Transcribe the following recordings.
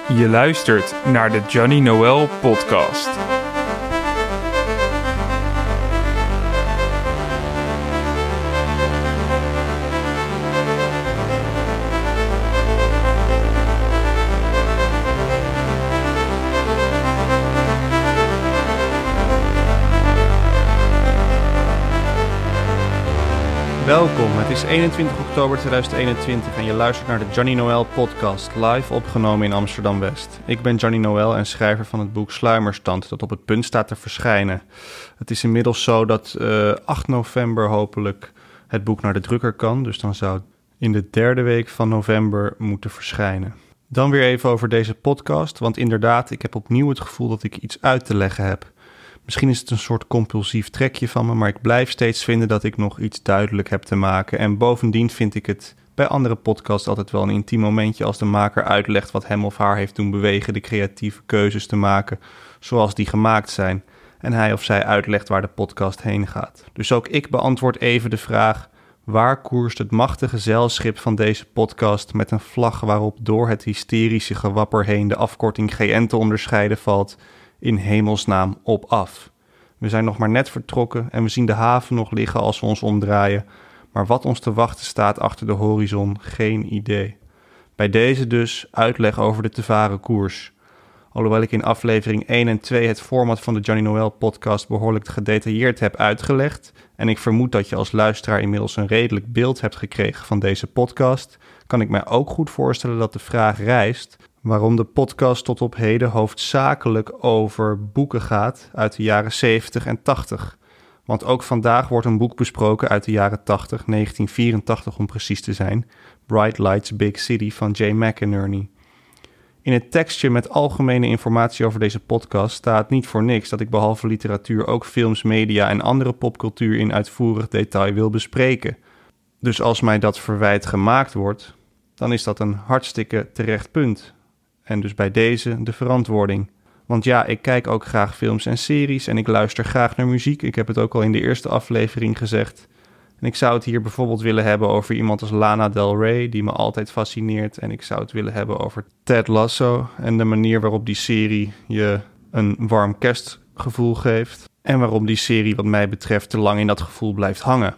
Je luistert naar de Johnny Noël podcast. Welkom, het is 21 oktober 2021 en je luistert naar de Johnny Noël podcast, live opgenomen in Amsterdam-West. Ik ben Johnny Noël en schrijver van het boek Sluimerstand, dat op het punt staat te verschijnen. Het is inmiddels zo dat 8 november hopelijk het boek naar de drukker kan, dus dan zou het in de derde week van november moeten verschijnen. Dan weer even over deze podcast, want inderdaad, ik heb opnieuw het gevoel dat ik iets uit te leggen heb. Misschien is het een soort compulsief trekje van me, maar ik blijf steeds vinden dat ik nog iets duidelijk heb te maken. En bovendien vind ik het bij andere podcasts altijd wel een intiem momentje als de maker uitlegt wat hem of haar heeft doen bewegen de creatieve keuzes te maken zoals die gemaakt zijn. En hij of zij uitlegt waar de podcast heen gaat. Dus ook ik beantwoord even de vraag: waar koerst het machtige zeilschip van deze podcast met een vlag waarop door het hysterische gewapper heen de afkorting GN te onderscheiden valt, in hemelsnaam op af? We zijn nog maar net vertrokken en we zien de haven nog liggen als we ons omdraaien, maar wat ons te wachten staat achter de horizon, geen idee. Bij deze dus uitleg over de te varen koers. Alhoewel ik in aflevering 1 en 2 het format van de Johnny Noël podcast behoorlijk gedetailleerd heb uitgelegd, en ik vermoed dat je als luisteraar inmiddels een redelijk beeld hebt gekregen van deze podcast, kan ik mij ook goed voorstellen dat de vraag rijst waarom de podcast tot op heden hoofdzakelijk over boeken gaat uit de jaren 70 en 80. Want ook vandaag wordt een boek besproken uit de jaren 80, 1984 om precies te zijn, Bright Lights Big City van Jay McInerney. In het tekstje met algemene informatie over deze podcast staat niet voor niks dat ik behalve literatuur ook films, media en andere popcultuur in uitvoerig detail wil bespreken. Dus als mij dat verwijt gemaakt wordt, dan is dat een hartstikke terecht punt. En dus bij deze de verantwoording. Want ja, ik kijk ook graag films en series en ik luister graag naar muziek. Ik heb het ook al in de eerste aflevering gezegd. En ik zou het hier bijvoorbeeld willen hebben over iemand als Lana Del Rey, die me altijd fascineert. En ik zou het willen hebben over Ted Lasso en de manier waarop die serie je een warm kerstgevoel geeft. En waarom die serie wat mij betreft te lang in dat gevoel blijft hangen.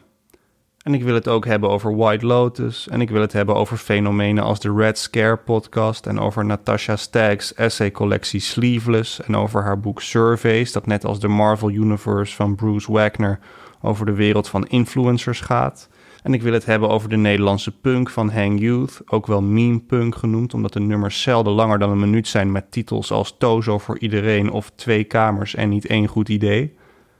En ik wil het ook hebben over White Lotus. En ik wil het hebben over fenomenen als de Red Scare podcast. En over Natasha Stagg's essaycollectie Sleeveless. En over haar boek Surveys, dat net als de Marvel Universe van Bruce Wagner over de wereld van influencers gaat. En ik wil het hebben over de Nederlandse punk van Hang Youth, ook wel meme punk genoemd, omdat de nummers zelden langer dan een minuut zijn met titels als Tozo voor iedereen of 2 kamers en niet één goed idee.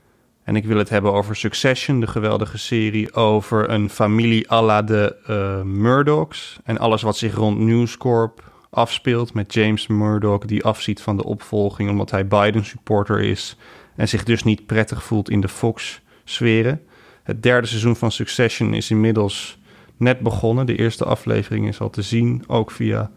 En ik wil het hebben over Succession, de geweldige serie over een familie à la de Murdochs. En alles wat zich rond News Corp afspeelt met James Murdoch, die afziet van de opvolging omdat hij Biden-supporter is en zich dus niet prettig voelt in de Fox-sferen. Het 3e seizoen van Succession is inmiddels net begonnen. De eerste aflevering is al te zien, ook via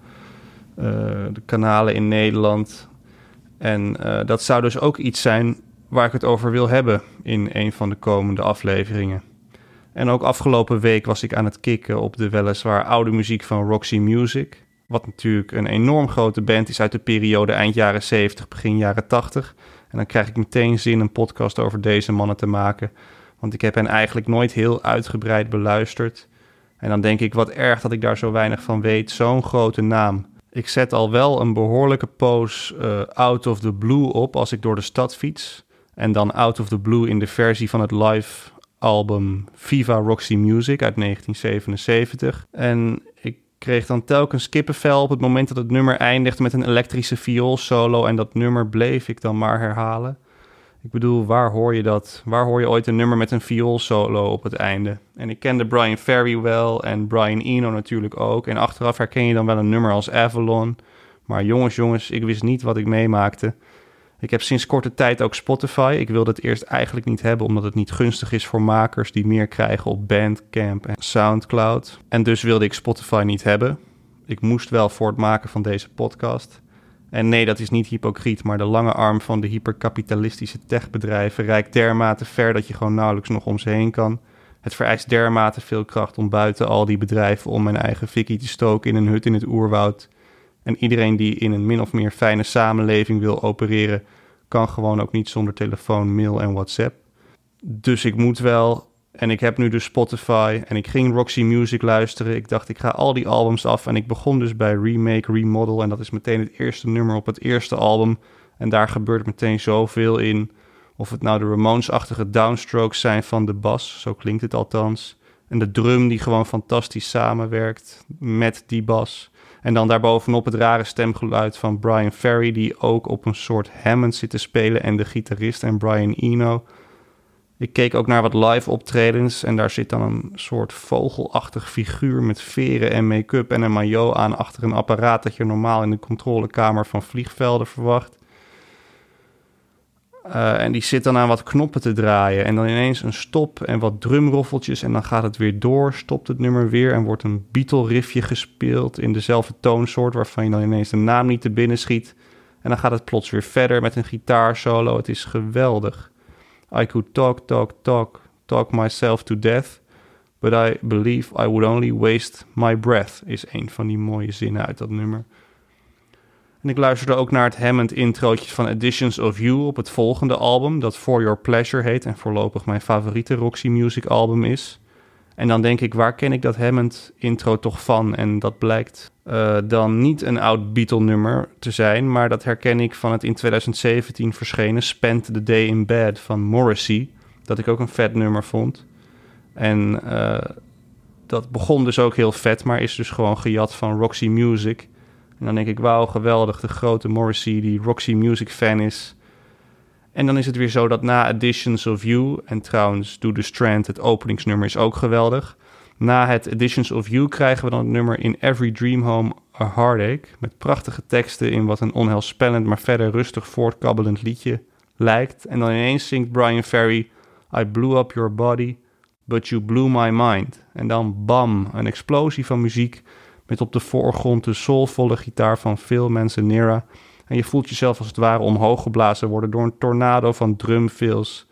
de kanalen in Nederland. En dat zou dus ook iets zijn waar ik het over wil hebben in een van de komende afleveringen. En ook afgelopen week was ik aan het kicken op de weliswaar oude muziek van Roxy Music, wat natuurlijk een enorm grote band is uit de periode eind jaren 70, begin jaren 80. En dan krijg ik meteen zin een podcast over deze mannen te maken, want ik heb hen eigenlijk nooit heel uitgebreid beluisterd. En dan denk ik, wat erg dat ik daar zo weinig van weet, zo'n grote naam. Ik zet al wel een behoorlijke poos Out of the Blue op als ik door de stad fiets. En dan Out of the Blue in de versie van het live album Viva Roxy Music uit 1977. En ik kreeg dan telkens kippenvel op het moment dat het nummer eindigde met een elektrische vioolsolo. En dat nummer bleef ik dan maar herhalen. Ik bedoel, waar hoor je dat? Waar hoor je ooit een nummer met een vioolsolo op het einde? En ik kende Brian Ferry wel en Brian Eno natuurlijk ook. En achteraf herken je dan wel een nummer als Avalon. Maar jongens, ik wist niet wat ik meemaakte. Ik heb sinds korte tijd ook Spotify. Ik wilde het eerst eigenlijk niet hebben, omdat het niet gunstig is voor makers die meer krijgen op Bandcamp en Soundcloud. En dus wilde ik Spotify niet hebben. Ik moest wel voor het maken van deze podcast. En nee, dat is niet hypocriet, maar de lange arm van de hyperkapitalistische techbedrijven reikt dermate ver dat je gewoon nauwelijks nog om ze heen kan. Het vereist dermate veel kracht om buiten al die bedrijven om mijn eigen fikkie te stoken in een hut in het oerwoud En iedereen die in een min of meer fijne samenleving wil opereren, kan gewoon ook niet zonder telefoon, mail en WhatsApp. Dus ik moet wel. En ik heb nu dus Spotify en ik ging Roxy Music luisteren. Ik dacht, ik ga al die albums af en ik begon dus bij Remake, Remodel. En dat is meteen het eerste nummer op het eerste album. En daar gebeurt meteen zoveel in. Of het nou de Ramones-achtige downstrokes zijn van de bas, zo klinkt het althans. En de drum die gewoon fantastisch samenwerkt met die bas. En dan daarbovenop het rare stemgeluid van Brian Ferry, die ook op een soort Hammond zit te spelen. En de gitarist en Brian Eno. Ik keek ook naar wat live optredens en daar zit dan een soort vogelachtig figuur met veren en make-up en een maillot aan achter een apparaat dat je normaal in de controlekamer van vliegvelden verwacht. En die zit dan aan wat knoppen te draaien en dan ineens een stop en wat drumroffeltjes en dan gaat het weer door, stopt het nummer weer en wordt een Beatle-riffje gespeeld in dezelfde toonsoort waarvan je dan ineens de naam niet te binnen schiet. En dan gaat het plots weer verder met een gitaarsolo. Het is geweldig. I could talk myself to death, but I believe I would only waste my breath, is een van die mooie zinnen uit dat nummer. En ik luisterde ook naar het Hammond introotje van Editions of You op het volgende album, dat For Your Pleasure heet en voorlopig mijn favoriete Roxy Music album is. En dan denk ik, waar ken ik dat Hammond intro toch van? En dat blijkt dan niet een oud Beatle nummer te zijn, maar dat herken ik van het in 2017 verschenen Spend the Day in Bed van Morrissey, dat ik ook een vet nummer vond. En dat begon dus ook heel vet, maar is dus gewoon gejat van Roxy Music. En dan denk ik, wauw, geweldig, de grote Morrissey die Roxy Music fan is. En dan is het weer zo dat na Editions of You, en trouwens Do the Strand, het openingsnummer, is ook geweldig. Na het Editions of You krijgen we dan het nummer In Every Dream Home a Heartache, met prachtige teksten in wat een onheilspellend, maar verder rustig voortkabbelend liedje lijkt. En dan ineens zingt Brian Ferry, I blew up your body, but you blew my mind. En dan bam, een explosie van muziek met op de voorgrond de soulvolle gitaar van Phil Manzanera. En je voelt jezelf als het ware omhoog geblazen worden door een tornado van drumfills,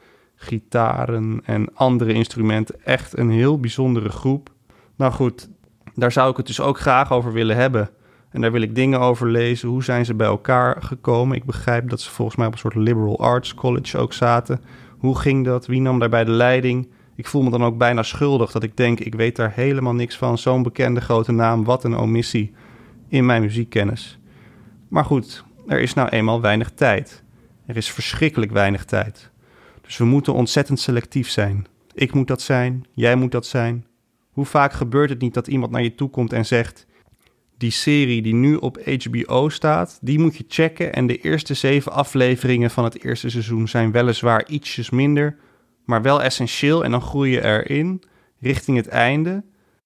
gitaren en andere instrumenten. Echt een heel bijzondere groep. Nou goed, daar zou ik het dus ook graag over willen hebben. En daar wil ik dingen over lezen. Hoe zijn ze bij elkaar gekomen? Ik begrijp dat ze volgens mij op een soort liberal arts college ook zaten. Hoe ging dat? Wie nam daarbij de leiding? Ik voel me dan ook bijna schuldig dat ik denk, ik weet daar helemaal niks van. Zo'n bekende grote naam, wat een omissie in mijn muziekkennis. Maar goed, er is nou eenmaal weinig tijd. Er is verschrikkelijk weinig tijd. Dus we moeten ontzettend selectief zijn. Ik moet dat zijn, jij moet dat zijn. Hoe vaak gebeurt het niet dat iemand naar je toe komt en zegt, die serie die nu op HBO staat, die moet je checken en de eerste 7 afleveringen van het eerste seizoen zijn weliswaar ietsjes minder, maar wel essentieel en dan groei je erin richting het einde.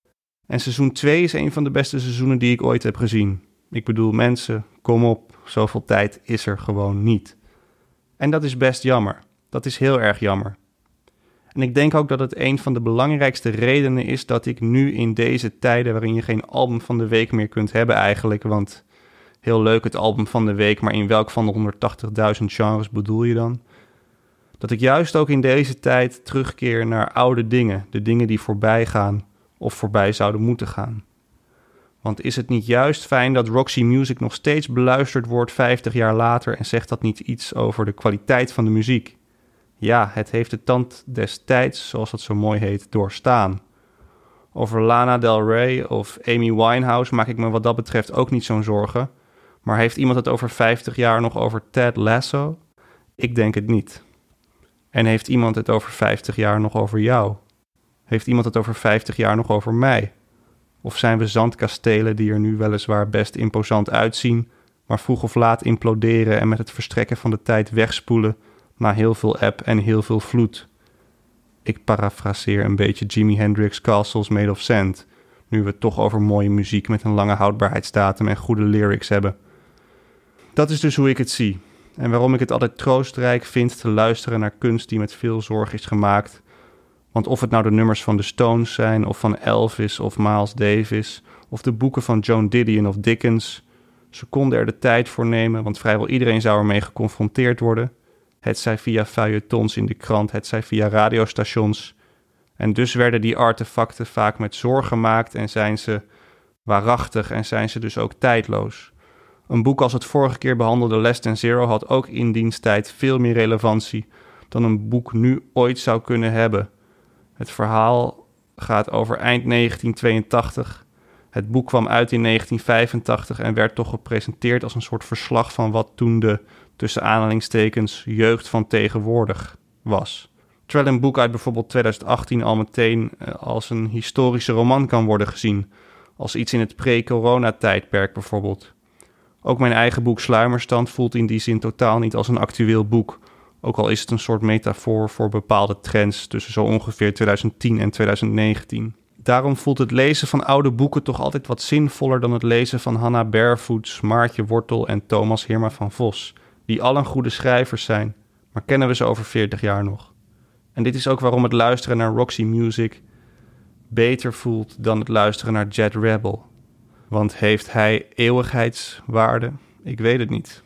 En seizoen 2 is een van de beste seizoenen die ik ooit heb gezien. Ik bedoel, mensen, kom op, zoveel tijd is er gewoon niet. En dat is best jammer. Dat is heel erg jammer. En ik denk ook dat het een van de belangrijkste redenen is dat ik nu in deze tijden waarin je geen album van de week meer kunt hebben eigenlijk, want heel leuk het album van de week, maar in welk van de 180.000 genres bedoel je dan? Dat ik juist ook in deze tijd terugkeer naar oude dingen, de dingen die voorbij gaan of voorbij zouden moeten gaan. Want is het niet juist fijn dat Roxy Music nog steeds beluisterd wordt 50 jaar later en zegt dat niet iets over de kwaliteit van de muziek? Ja, het heeft de tand des tijds, zoals dat zo mooi heet, doorstaan. Over Lana Del Rey of Amy Winehouse maak ik me wat dat betreft ook niet zo'n zorgen. Maar heeft iemand het over 50 jaar nog over Ted Lasso? Ik denk het niet. En heeft iemand het over 50 jaar nog over jou? Heeft iemand het over 50 jaar nog over mij? Of zijn we zandkastelen die er nu weliswaar best imposant uitzien, maar vroeg of laat imploderen en met het verstrekken van de tijd wegspoelen na heel veel eb en heel veel vloed? Ik parafraseer een beetje Jimi Hendrix' Castles Made of Sand, nu we het toch over mooie muziek met een lange houdbaarheidsdatum en goede lyrics hebben. Dat is dus hoe ik het zie. En waarom ik het altijd troostrijk vind te luisteren naar kunst die met veel zorg is gemaakt. Want of het nou de nummers van de Stones zijn, of van Elvis of Miles Davis, of de boeken van Joan Didion of Dickens, ze konden er de tijd voor nemen, want vrijwel iedereen zou ermee geconfronteerd worden. Hetzij via feuilletons in de krant, hetzij via radiostations. En dus werden die artefacten vaak met zorg gemaakt en zijn ze waarachtig en zijn ze dus ook tijdloos. Een boek als het vorige keer behandelde Less Than Zero had ook in diens tijd veel meer relevantie dan een boek nu ooit zou kunnen hebben. Het verhaal gaat over eind 1982. Het boek kwam uit in 1985 en werd toch gepresenteerd als een soort verslag van wat toen de, tussen aanhalingstekens, jeugd van tegenwoordig was. Terwijl een boek uit bijvoorbeeld 2018 al meteen als een historische roman kan worden gezien, als iets in het pre-corona-tijdperk bijvoorbeeld. Ook mijn eigen boek Sluimerstand voelt in die zin totaal niet als een actueel boek, ook al is het een soort metafoor voor bepaalde trends tussen zo ongeveer 2010 en 2019. Daarom voelt het lezen van oude boeken toch altijd wat zinvoller dan het lezen van Hannah Barefoots, Maartje Wortel en Thomas Hirma van Vos, die allen goede schrijvers zijn, maar kennen we ze over 40 jaar nog. En dit is ook waarom het luisteren naar Roxy Music beter voelt dan het luisteren naar Jet Rebel. Want heeft hij eeuwigheidswaarde? Ik weet het niet.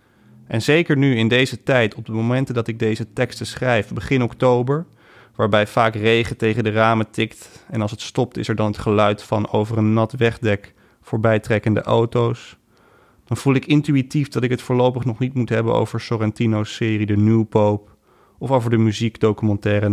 En zeker nu in deze tijd, op de momenten dat ik deze teksten schrijf, begin oktober, waarbij vaak regen tegen de ramen tikt en als het stopt is er dan het geluid van over een nat wegdek voorbijtrekkende auto's, dan voel ik intuïtief dat ik het voorlopig nog niet moet hebben over Sorrentino's serie The New Pope, of over de muziekdocumentaire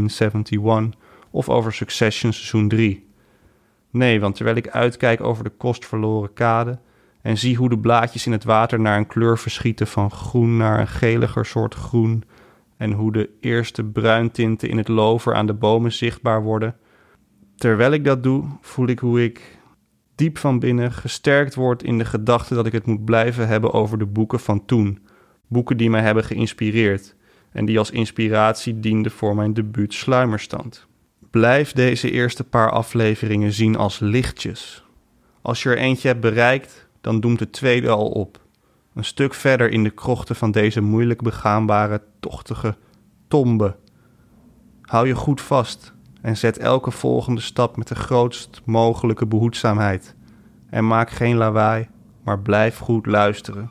1971, of over Succession seizoen 3. Nee, want terwijl ik uitkijk over de kostverloren kade en zie hoe de blaadjes in het water naar een kleur verschieten van groen naar een geliger soort groen en hoe de eerste bruintinten in het lover aan de bomen zichtbaar worden, terwijl ik dat doe, voel ik hoe ik diep van binnen gesterkt word in de gedachte dat ik het moet blijven hebben over de boeken van toen. Boeken die mij hebben geïnspireerd en die als inspiratie dienden voor mijn debuut Sluimerstand. Blijf deze eerste paar afleveringen zien als lichtjes. Als je er eentje hebt bereikt, dan doemt de tweede al op. Een stuk verder in de krochten van deze moeilijk begaanbare, tochtige tombe. Hou je goed vast en zet elke volgende stap met de grootst mogelijke behoedzaamheid. En maak geen lawaai, maar blijf goed luisteren.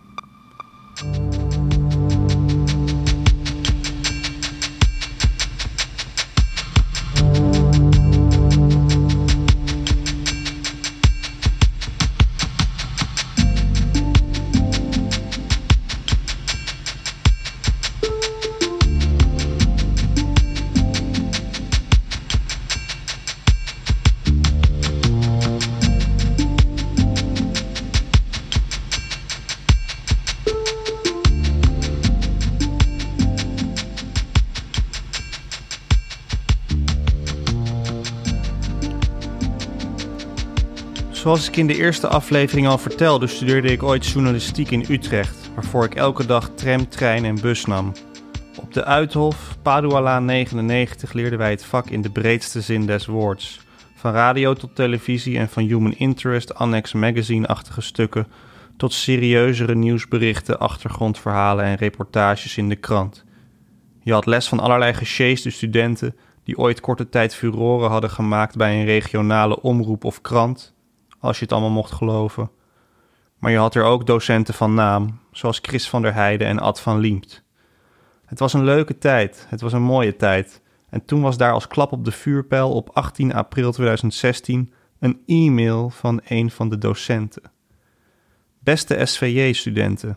Zoals ik in de eerste aflevering al vertelde, studeerde ik ooit journalistiek in Utrecht, waarvoor ik elke dag tram, trein en bus nam. Op de Uithof, Padualaan 99, leerden wij het vak in de breedste zin des woords. Van radio tot televisie en van human interest, annex magazine-achtige stukken, tot serieuzere nieuwsberichten, achtergrondverhalen en reportages in de krant. Je had les van allerlei gesjeesde studenten die ooit korte tijd furoren hadden gemaakt bij een regionale omroep of krant, als je het allemaal mocht geloven. Maar je had er ook docenten van naam, zoals Chris van der Heijden en Ad van Liemt. Het was een leuke tijd, het was een mooie tijd. En toen was daar als klap op de vuurpijl op 18 april 2016 een e-mail van een van de docenten. Beste SVJ-studenten.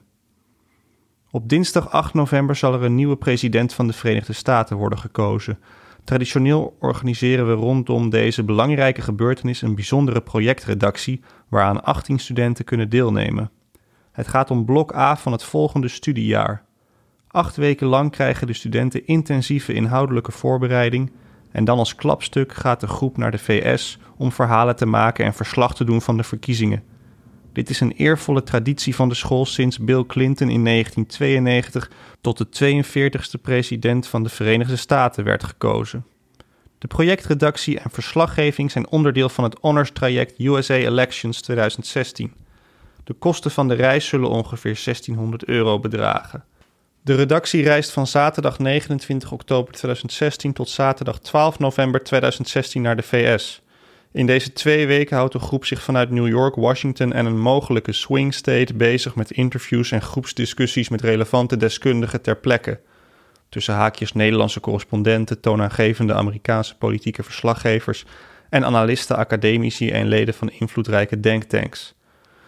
Op dinsdag 8 november zal er een nieuwe president van de Verenigde Staten worden gekozen. Traditioneel organiseren we rondom deze belangrijke gebeurtenis een bijzondere projectredactie waaraan 18 studenten kunnen deelnemen. Het gaat om blok A van het volgende studiejaar. 8 weken lang krijgen de studenten intensieve inhoudelijke voorbereiding en dan als klapstuk gaat de groep naar de VS om verhalen te maken en verslag te doen van de verkiezingen. Dit is een eervolle traditie van de school sinds Bill Clinton in 1992 tot de 42e president van de Verenigde Staten werd gekozen. De projectredactie en verslaggeving zijn onderdeel van het honors-traject USA Elections 2016. De kosten van de reis zullen ongeveer €1600 bedragen. De redactie reist van zaterdag 29 oktober 2016 tot zaterdag 12 november 2016 naar de VS. In deze 2 weken houdt de groep zich vanuit New York, Washington en een mogelijke swing state bezig met interviews en groepsdiscussies met relevante deskundigen ter plekke. Tussen haakjes Nederlandse correspondenten, toonaangevende Amerikaanse politieke verslaggevers en analisten, academici en leden van invloedrijke denktanks.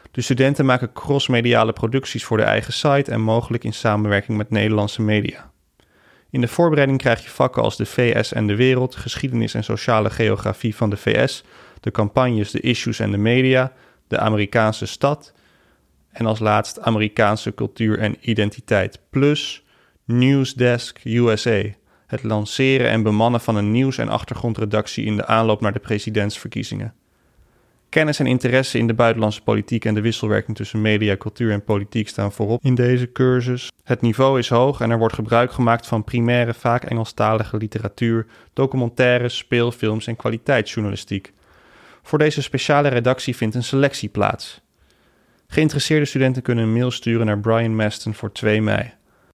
De studenten maken crossmediale producties voor de eigen site en mogelijk in samenwerking met Nederlandse media. In de voorbereiding krijg je vakken als de VS en de wereld, geschiedenis en sociale geografie van de VS, de campagnes, de issues en de media, de Amerikaanse stad en als laatst Amerikaanse cultuur en identiteit plus Newsdesk USA, het lanceren en bemannen van een nieuws- en achtergrondredactie in de aanloop naar de presidentsverkiezingen. Kennis en interesse in de buitenlandse politiek en de wisselwerking tussen media, cultuur en politiek staan voorop in deze cursus. Het niveau is hoog en er wordt gebruik gemaakt van primaire, vaak Engelstalige literatuur, documentaires, speelfilms en kwaliteitsjournalistiek. Voor deze speciale redactie vindt een selectie plaats. Geïnteresseerde studenten kunnen een mail sturen naar Brian Maston voor 2 mei.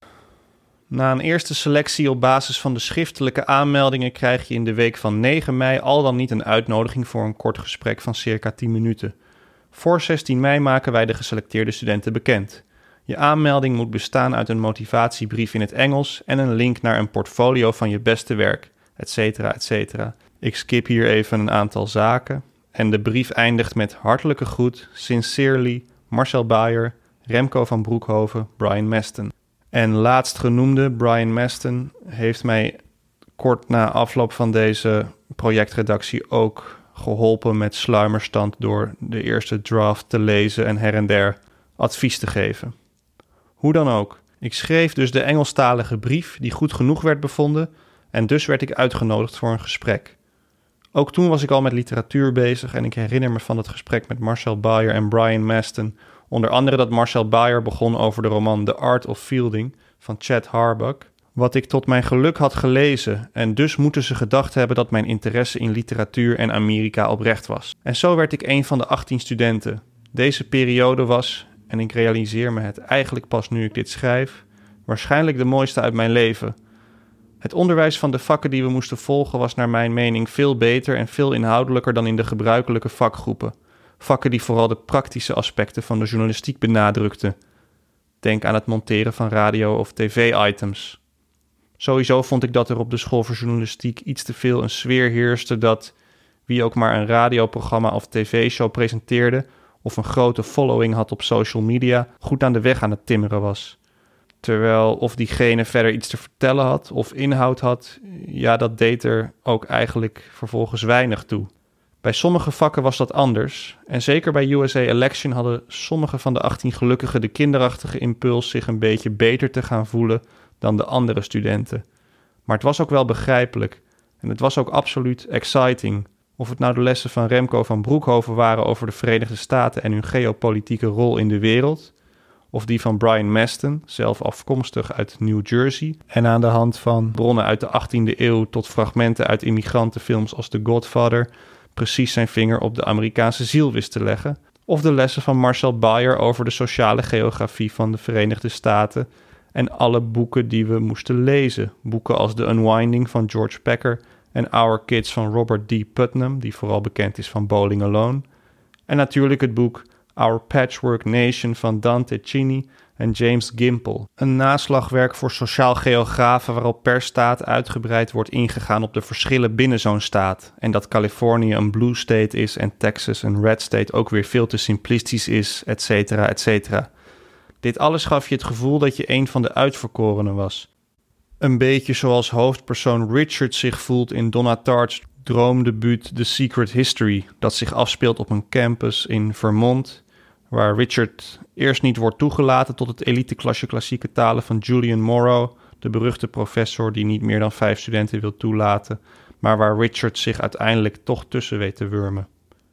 Na een eerste selectie op basis van de schriftelijke aanmeldingen krijg je in de week van 9 mei al dan niet een uitnodiging voor een kort gesprek van circa 10 minuten. Voor 16 mei maken wij de geselecteerde studenten bekend. Je aanmelding moet bestaan uit een motivatiebrief in het Engels en een link naar een portfolio van je beste werk, etc. etc. Ik skip hier even een aantal zaken en de brief eindigt met hartelijke groet, sincerely, Marcel Bayer, Remco van Broekhoven, Brian Maston. En laatstgenoemde Brian Maston heeft mij kort na afloop van deze projectredactie ook geholpen met sluimerstand door de eerste draft te lezen en her en der advies te geven. Hoe dan ook, ik schreef dus de Engelstalige brief die goed genoeg werd bevonden en dus werd ik uitgenodigd voor een gesprek. Ook toen was ik al met literatuur bezig en ik herinner me van het gesprek met Marcel Bayer en Brian Maston. Onder andere dat Marcel Bayer begon over de roman The Art of Fielding van Chad Harbuck, wat ik tot mijn geluk had gelezen en dus moeten ze gedacht hebben dat mijn interesse in literatuur en Amerika oprecht was. En zo werd ik een van de 18 studenten. Deze periode was, en ik realiseer me het eigenlijk pas nu ik dit schrijf, waarschijnlijk de mooiste uit mijn leven. Het onderwijs van de vakken die we moesten volgen was naar mijn mening veel beter en veel inhoudelijker dan in de gebruikelijke vakgroepen. Vakken die vooral de praktische aspecten van de journalistiek benadrukten. Denk aan het monteren van radio- of tv-items. Sowieso vond ik dat er op de school voor journalistiek iets te veel een sfeer heerste dat wie ook maar een radioprogramma of tv-show presenteerde of een grote following had op social media, goed aan de weg aan het timmeren was. Terwijl of diegene verder iets te vertellen had of inhoud had, ja, dat deed er ook eigenlijk vervolgens weinig toe. Bij sommige vakken was dat anders en zeker bij USA Election hadden sommige van de 18 gelukkigen de kinderachtige impuls zich een beetje beter te gaan voelen dan de andere studenten. Maar het was ook wel begrijpelijk en het was ook absoluut exciting. Of het nou de lessen van Remco van Broekhoven waren over de Verenigde Staten en hun geopolitieke rol in de wereld, of die van Brian Maston, zelf afkomstig uit New Jersey, en aan de hand van bronnen uit de 18e eeuw tot fragmenten uit immigrantenfilms als The Godfather precies zijn vinger op de Amerikaanse ziel wist te leggen, of de lessen van Marcel Bayer over de sociale geografie van de Verenigde Staten en alle boeken die we moesten lezen. Boeken als The Unwinding van George Packer en Our Kids van Robert D. Putnam, die vooral bekend is van Bowling Alone. En natuurlijk het boek Our Patchwork Nation van Dante Cini en James Gimple. Een naslagwerk voor sociaal geografen waarop per staat uitgebreid wordt ingegaan op de verschillen binnen zo'n staat. En dat Californië een blue state is en Texas een red state ook weer veel te simplistisch is, etc. etc. Dit alles gaf je het gevoel dat je een van de uitverkorenen was. Een beetje zoals hoofdpersoon Richard zich voelt in Donna Tartt's droomdebuut The Secret History, dat zich afspeelt op een campus in Vermont, waar Richard eerst niet wordt toegelaten tot het eliteklasje klassieke talen van Julian Morrow, de beruchte professor die niet meer dan 5 studenten wil toelaten, maar waar Richard zich uiteindelijk toch tussen weet te wurmen.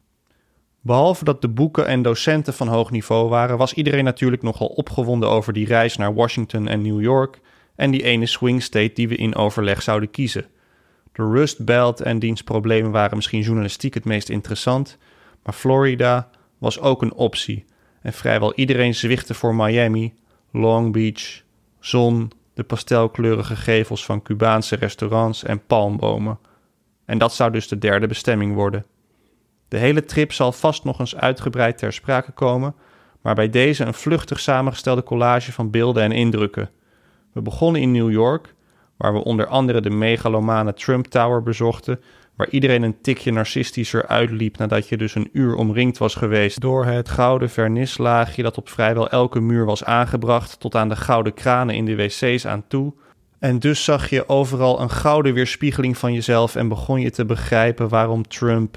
Behalve dat de boeken en docenten van hoog niveau waren, was iedereen natuurlijk nogal opgewonden over die reis naar Washington en New York en die ene swing state die we in overleg zouden kiezen. De Rust Belt en diens problemen waren misschien journalistiek het meest interessant, maar Florida was ook een optie en vrijwel iedereen zwichtte voor Miami, Long Beach, zon, de pastelkleurige gevels van Cubaanse restaurants en palmbomen. En dat zou dus de derde bestemming worden. De hele trip zal vast nog eens uitgebreid ter sprake komen, maar bij deze een vluchtig samengestelde collage van beelden en indrukken. We begonnen in New York, waar we onder andere de megalomane Trump Tower bezochten, waar iedereen een tikje narcistischer uitliep nadat je dus een uur omringd was geweest door het gouden vernislaagje dat op vrijwel elke muur was aangebracht tot aan de gouden kranen in de wc's aan toe. En dus zag je overal een gouden weerspiegeling van jezelf en begon je te begrijpen waarom Trump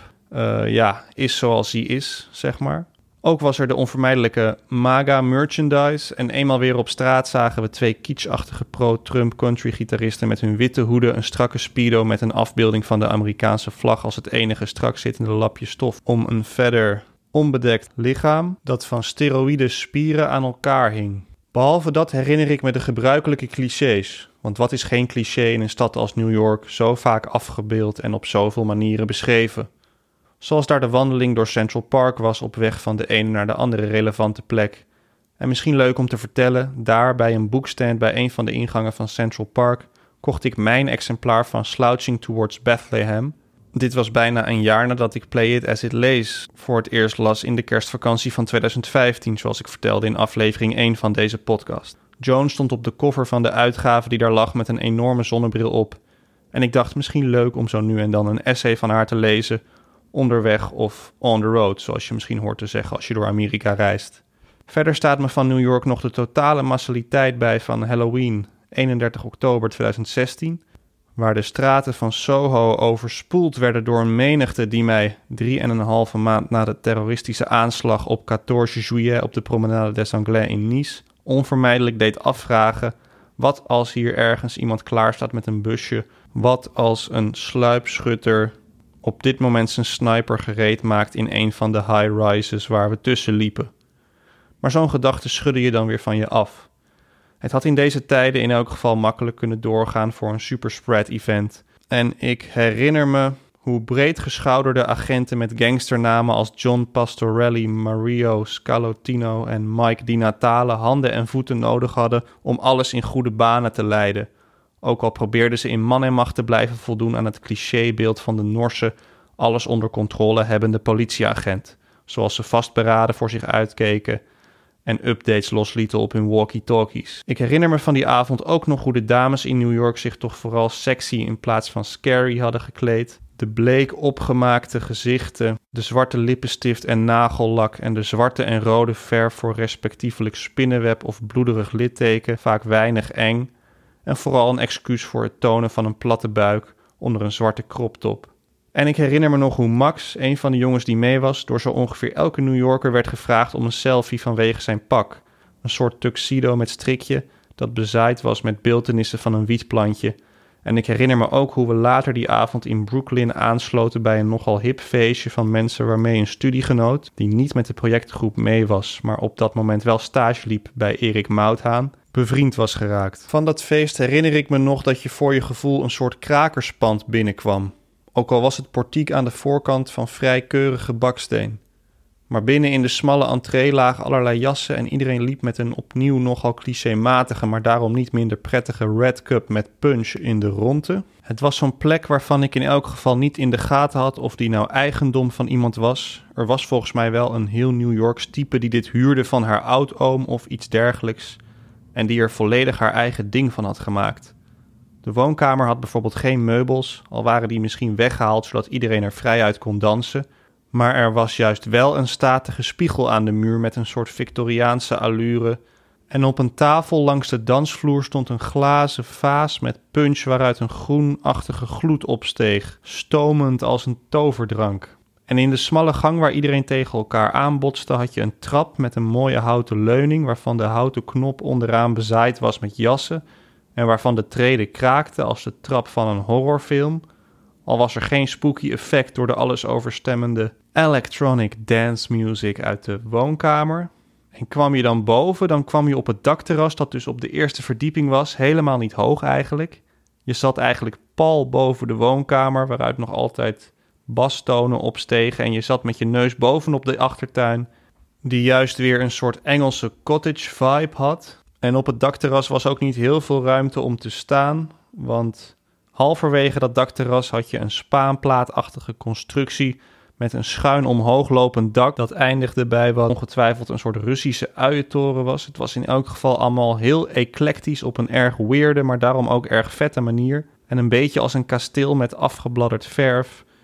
is zoals hij is, zeg maar. Ook was er de onvermijdelijke MAGA merchandise en eenmaal weer op straat zagen we 2 kitschachtige pro-Trump country-gitaristen met hun witte hoeden, een strakke speedo met een afbeelding van de Amerikaanse vlag als het enige strak zittende lapje stof om een verder onbedekt lichaam dat van steroïde spieren aan elkaar hing. Behalve dat herinner ik me de gebruikelijke clichés, want wat is geen cliché in een stad als New York, zo vaak afgebeeld en op zoveel manieren beschreven. Zoals daar de wandeling door Central Park was op weg van de ene naar de andere relevante plek. En misschien leuk om te vertellen, daar bij een boekstand bij een van de ingangen van Central Park kocht ik mijn exemplaar van Slouching Towards Bethlehem. Dit was bijna een jaar nadat ik Play It As It Lays voor het eerst las in de kerstvakantie van 2015, zoals ik vertelde in aflevering 1 van deze podcast. Joan stond op de cover van de uitgave die daar lag met een enorme zonnebril op. En ik dacht misschien leuk om zo nu en dan een essay van haar te lezen, onderweg of on the road, zoals je misschien hoort te zeggen als je door Amerika reist. Verder staat me van New York nog de totale massaliteit bij van Halloween, 31 oktober 2016, waar de straten van Soho overspoeld werden door een menigte die mij 3,5 maand na de terroristische aanslag op 14 juillet op de Promenade des Anglais in Nice onvermijdelijk deed afvragen: wat als hier ergens iemand klaar staat met een busje? Wat als een sluipschutter op dit moment zijn sniper gereed maakt in een van de high-rises waar we tussen liepen? Maar zo'n gedachte schudde je dan weer van je af. Het had in deze tijden in elk geval makkelijk kunnen doorgaan voor een superspread-event. En ik herinner me hoe breedgeschouderde agenten met gangsternamen als John Pastorelli, Mario Scalotino en Mike Di Natale handen en voeten nodig hadden om alles in goede banen te leiden. Ook al probeerden ze in man en macht te blijven voldoen aan het clichébeeld van de Norse, alles onder controle hebbende politieagent, zoals ze vastberaden voor zich uitkeken en updates loslieten op hun walkie-talkies. Ik herinner me van die avond ook nog hoe de dames in New York zich toch vooral sexy in plaats van scary hadden gekleed. De bleek opgemaakte gezichten, de zwarte lippenstift en nagellak en de zwarte en rode verf voor respectievelijk spinnenweb of bloederig litteken, vaak weinig eng. En vooral een excuus voor het tonen van een platte buik onder een zwarte croptop. En ik herinner me nog hoe Max, een van de jongens die mee was, door zo ongeveer elke New Yorker werd gevraagd om een selfie vanwege zijn pak. Een soort tuxedo met strikje dat bezaaid was met beeltenissen van een wietplantje. En ik herinner me ook hoe we later die avond in Brooklyn aansloten bij een nogal hip feestje van mensen waarmee een studiegenoot, die niet met de projectgroep mee was, maar op dat moment wel stage liep bij Erik Mouthaan, bevriend was geraakt. Van dat feest herinner ik me nog dat je voor je gevoel een soort krakerspand binnenkwam. Ook al was het portiek aan de voorkant van vrij keurige baksteen. Maar binnen in de smalle entree lagen allerlei jassen en iedereen liep met een opnieuw nogal clichématige, maar daarom niet minder prettige Red Cup met punch in de ronde. Het was zo'n plek waarvan ik in elk geval niet in de gaten had of die nou eigendom van iemand was. Er was volgens mij wel een heel New Yorks type die dit huurde van haar oudoom of iets dergelijks en die er volledig haar eigen ding van had gemaakt. De woonkamer had bijvoorbeeld geen meubels, al waren die misschien weggehaald zodat iedereen er vrijuit kon dansen. Maar er was juist wel een statige spiegel aan de muur met een soort Victoriaanse allure. En op een tafel langs de dansvloer stond een glazen vaas met punch waaruit een groenachtige gloed opsteeg, stomend als een toverdrank. En in de smalle gang waar iedereen tegen elkaar aanbotste had je een trap met een mooie houten leuning waarvan de houten knop onderaan bezaaid was met jassen en waarvan de treden kraakten als de trap van een horrorfilm. Al was er geen spooky effect door de alles overstemmende electronic dance music uit de woonkamer. En kwam je dan boven, dan kwam je op het dakterras dat dus op de eerste verdieping was, helemaal niet hoog eigenlijk. Je zat eigenlijk pal boven de woonkamer, waaruit nog altijd bastonen opstegen en je zat met je neus bovenop de achtertuin, die juist weer een soort Engelse cottage vibe had. En op het dakterras was ook niet heel veel ruimte om te staan, want halverwege dat dakterras had je een spaanplaatachtige constructie met een schuin omhoog lopend dak dat eindigde bij wat ongetwijfeld een soort Russische uientoren was. Het was in elk geval allemaal heel eclectisch op een erg weirde, maar daarom ook erg vette manier. En een beetje als een kasteel met afgebladderd verf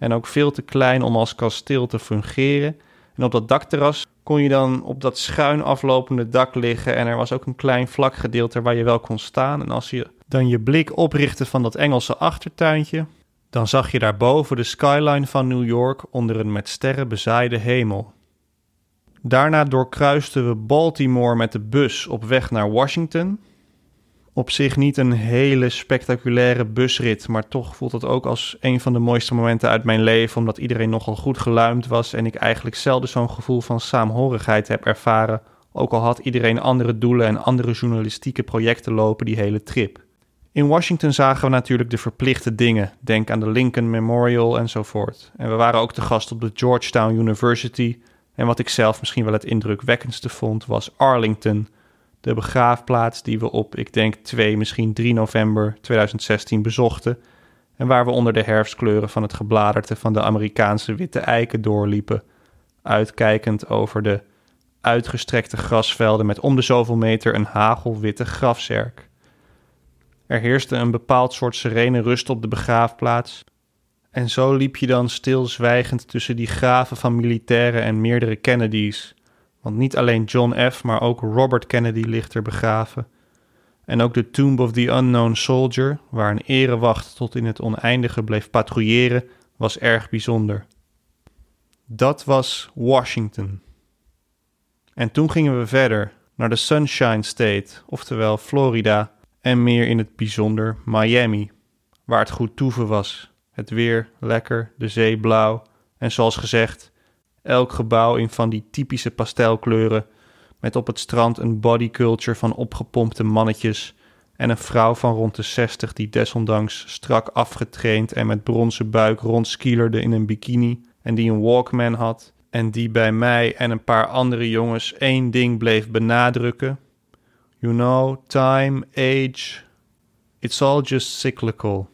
en ook veel te klein om als kasteel te fungeren. En op dat dakterras kon je dan op dat schuin aflopende dak liggen en er was ook een klein vlak gedeelte waar je wel kon staan. En als je dan je blik oprichtte van dat Engelse achtertuintje, dan zag je daarboven de skyline van New York onder een met sterren bezaaide hemel. Daarna doorkruisten we Baltimore met de bus op weg naar Washington. Op zich niet een hele spectaculaire busrit, maar toch voelt het ook als een van de mooiste momenten uit mijn leven, omdat iedereen nogal goed geluimd was en ik eigenlijk zelden zo'n gevoel van saamhorigheid heb ervaren, ook al had iedereen andere doelen en andere journalistieke projecten lopen die hele trip. In Washington zagen we natuurlijk de verplichte dingen, denk aan de Lincoln Memorial enzovoort. En we waren ook te gast op de Georgetown University en wat ik zelf misschien wel het indrukwekkendste vond was Arlington, de begraafplaats die we op, ik denk 2, misschien 3 november 2016 bezochten en waar we onder de herfstkleuren van het gebladerte van de Amerikaanse witte eiken doorliepen, uitkijkend over de uitgestrekte grasvelden met om de zoveel meter een hagelwitte grafzerk. Er heerste een bepaald soort serene rust op de begraafplaats en zo liep je dan stilzwijgend tussen die graven van militairen en meerdere Kennedys. Want niet alleen John F., maar ook Robert Kennedy ligt er begraven. En ook de Tomb of the Unknown Soldier, waar een erewacht tot in het oneindige bleef patrouilleren, was erg bijzonder. Dat was Washington. En toen gingen we verder naar de Sunshine State, oftewel Florida, en meer in het bijzonder Miami, waar het goed toeven was. Het weer lekker, de zee blauw en zoals gezegd, elk gebouw in van die typische pastelkleuren, met op het strand een bodyculture van opgepompte mannetjes en een vrouw van rond de 60 die desondanks strak afgetraind en met bronzen buik rondskielerde in een bikini en die een Walkman had en die bij mij en een paar andere jongens één ding bleef benadrukken. You know, time, age, it's all just cyclical.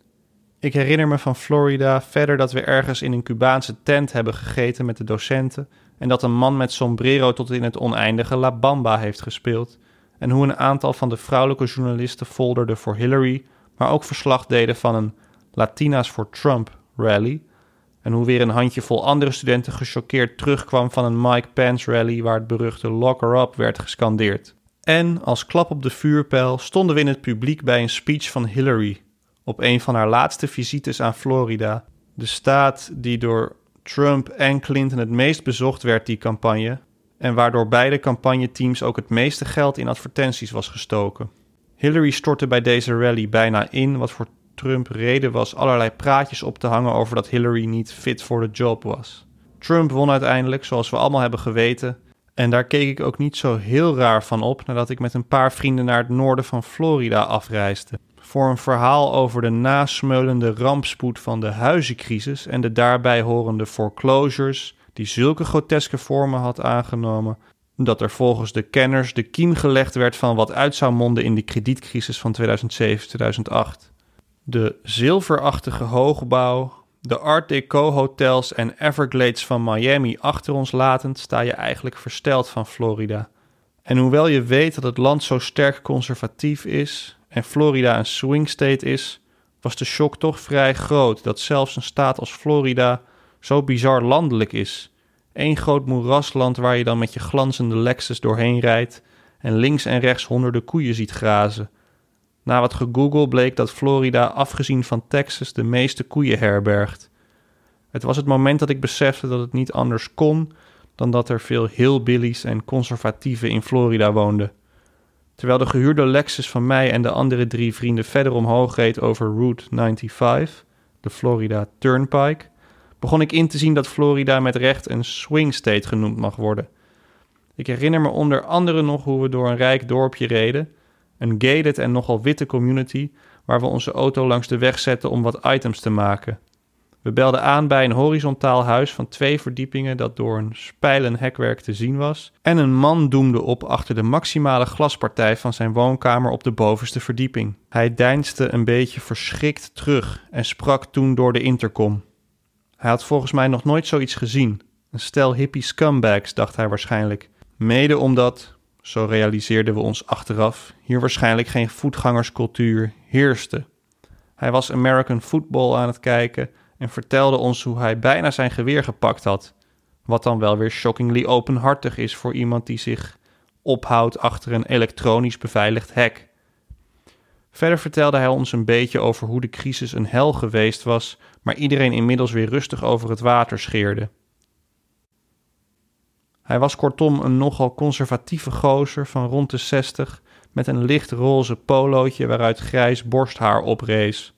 Ik herinner me van Florida verder dat we ergens in een Cubaanse tent hebben gegeten met de docenten en dat een man met sombrero tot in het oneindige La Bamba heeft gespeeld en hoe een aantal van de vrouwelijke journalisten folderden voor Hillary, maar ook verslag deden van een Latina's for Trump rally en hoe weer een handjevol andere studenten gechoqueerd terugkwam van een Mike Pence rally waar het beruchte Lock her up werd gescandeerd. En als klap op de vuurpijl stonden we in het publiek bij een speech van Hillary op een van haar laatste visites aan Florida, de staat die door Trump en Clinton het meest bezocht werd die campagne en waardoor beide campagneteams ook het meeste geld in advertenties was gestoken. Hillary stortte bij deze rally bijna in, wat voor Trump reden was allerlei praatjes op te hangen over dat Hillary niet fit for the job was. Trump won uiteindelijk, zoals we allemaal hebben geweten, en daar keek ik ook niet zo heel raar van op nadat ik met een paar vrienden naar het noorden van Florida afreisde. Voor een verhaal over de nasmeulende rampspoed van de huizencrisis en de daarbij horende foreclosures, die zulke groteske vormen had aangenomen, dat er volgens de kenners de kiem gelegd werd van wat uit zou monden in de kredietcrisis van 2007-2008. De zilverachtige hoogbouw, de Art Deco hotels en Everglades van Miami achter ons latend, sta je eigenlijk versteld van Florida. En hoewel je weet dat het land zo sterk conservatief is en Florida een swing state is, was de shock toch vrij groot dat zelfs een staat als Florida zo bizar landelijk is. Eén groot moerasland waar je dan met je glanzende Lexus doorheen rijdt en links en rechts honderden koeien ziet grazen. Na wat gegoogeld bleek dat Florida, afgezien van Texas, de meeste koeien herbergt. Het was het moment dat ik besefte dat het niet anders kon dan dat er veel hillbillies en conservatieven in Florida woonden. Terwijl de gehuurde Lexus van mij en de andere 3 vrienden verder omhoog reed over Route 95, de Florida Turnpike, begon ik in te zien dat Florida met recht een swing state genoemd mag worden. Ik herinner me onder andere nog hoe we door een rijk dorpje reden, een gated en nogal witte community, waar we onze auto langs de weg zetten om wat items te maken. We belden aan bij een horizontaal huis van 2 verdiepingen dat door een spijlen hekwerk te zien was en een man doemde op achter de maximale glaspartij van zijn woonkamer op de bovenste verdieping. Hij deinsde een beetje verschrikt terug en sprak toen door de intercom. Hij had volgens mij nog nooit zoiets gezien. Een stel hippie scumbags, dacht hij waarschijnlijk. Mede omdat, zo realiseerden we ons achteraf, hier waarschijnlijk geen voetgangerscultuur heerste. Hij was American football aan het kijken en vertelde ons hoe hij bijna zijn geweer gepakt had, wat dan wel weer shockingly openhartig is voor iemand die zich ophoudt achter een elektronisch beveiligd hek. Verder vertelde hij ons een beetje over hoe de crisis een hel geweest was, maar iedereen inmiddels weer rustig over het water scheerde. Hij was kortom een nogal conservatieve gozer van rond de 60 met een licht roze polootje waaruit grijs borsthaar oprees.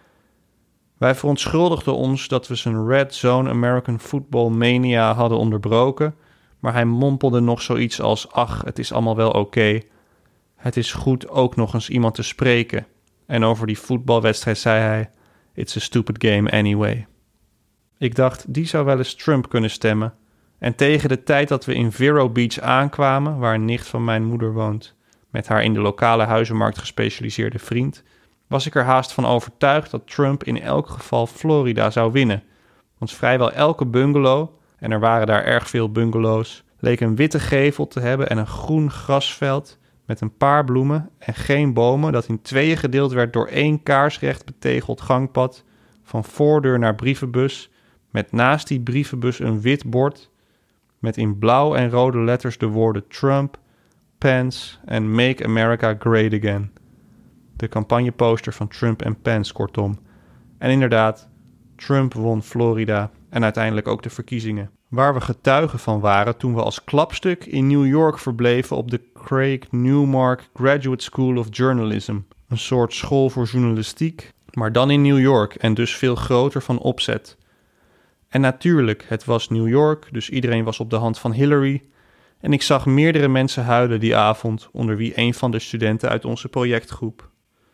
Wij verontschuldigden ons dat we zijn Red Zone American Football Mania hadden onderbroken, maar hij mompelde nog zoiets als: ach, het is allemaal wel oké. Het is goed ook nog eens iemand te spreken. En over die voetbalwedstrijd zei hij: it's a stupid game anyway. Ik dacht, die zou wel eens Trump kunnen stemmen. En tegen de tijd dat we in Vero Beach aankwamen, waar een nicht van mijn moeder woont, met haar in de lokale huizenmarkt gespecialiseerde vriend, was ik er haast van overtuigd dat Trump in elk geval Florida zou winnen. Want vrijwel elke bungalow, en er waren daar erg veel bungalows, leek een witte gevel te hebben en een groen grasveld met een paar bloemen en geen bomen dat in tweeën gedeeld werd door 1 kaarsrecht betegeld gangpad van voordeur naar brievenbus, met naast die brievenbus een wit bord met in blauw en rode letters de woorden Trump, Pence en Make America Great Again. De campagneposter van Trump en Pence, kortom. En inderdaad, Trump won Florida en uiteindelijk ook de verkiezingen. Waar we getuigen van waren toen we als klapstuk in New York verbleven op de Craig Newmark Graduate School of Journalism. Een soort school voor journalistiek, maar dan in New York en dus veel groter van opzet. En natuurlijk, het was New York, dus iedereen was op de hand van Hillary. En ik zag meerdere mensen huilen die avond, onder wie een van de studenten uit onze projectgroep.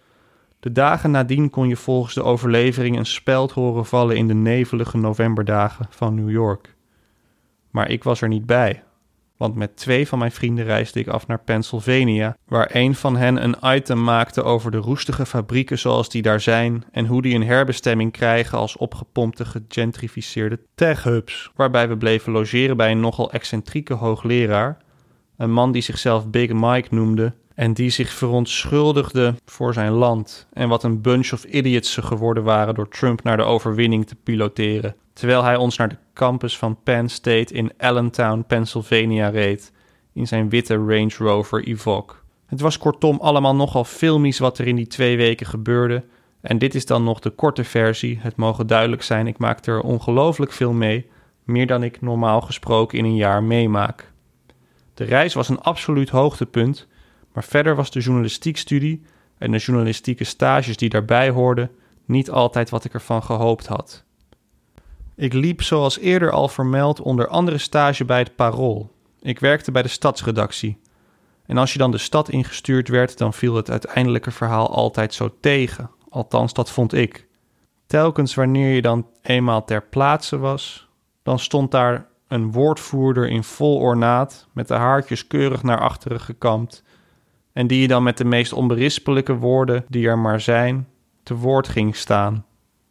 De dagen nadien kon je volgens de overlevering een speld horen vallen in de nevelige novemberdagen van New York. Maar ik was er niet bij, want met 2 van mijn vrienden reisde ik af naar Pennsylvania, waar een van hen een item maakte over de roestige fabrieken zoals die daar zijn en hoe die een herbestemming krijgen als opgepompte gegentrificeerde tech-hubs, waarbij we bleven logeren bij een nogal excentrieke hoogleraar, een man die zichzelf Big Mike noemde en die zich verontschuldigde voor zijn land en wat een bunch of idiots ze geworden waren door Trump naar de overwinning te piloteren, terwijl hij ons naar de campus van Penn State in Allentown, Pennsylvania reed, in zijn witte Range Rover Evoque. Het was kortom allemaal nogal filmisch wat er in die 2 weken gebeurde, en dit is dan nog de korte versie. Het mogen duidelijk zijn, ik maakte er ongelooflijk veel mee, meer dan ik normaal gesproken in een jaar meemaak. De reis was een absoluut hoogtepunt, maar verder was de journalistiekstudie en de journalistieke stages die daarbij hoorden niet altijd wat ik ervan gehoopt had. Ik liep zoals eerder al vermeld onder andere stage bij het Parool. Ik werkte bij de stadsredactie. En als je dan de stad ingestuurd werd, dan viel het uiteindelijke verhaal altijd zo tegen. Althans, dat vond ik. Telkens wanneer je dan eenmaal ter plaatse was, dan stond daar een woordvoerder in vol ornaat, met de haartjes keurig naar achteren gekamd, en die je dan met de meest onberispelijke woorden die er maar zijn, te woord ging staan.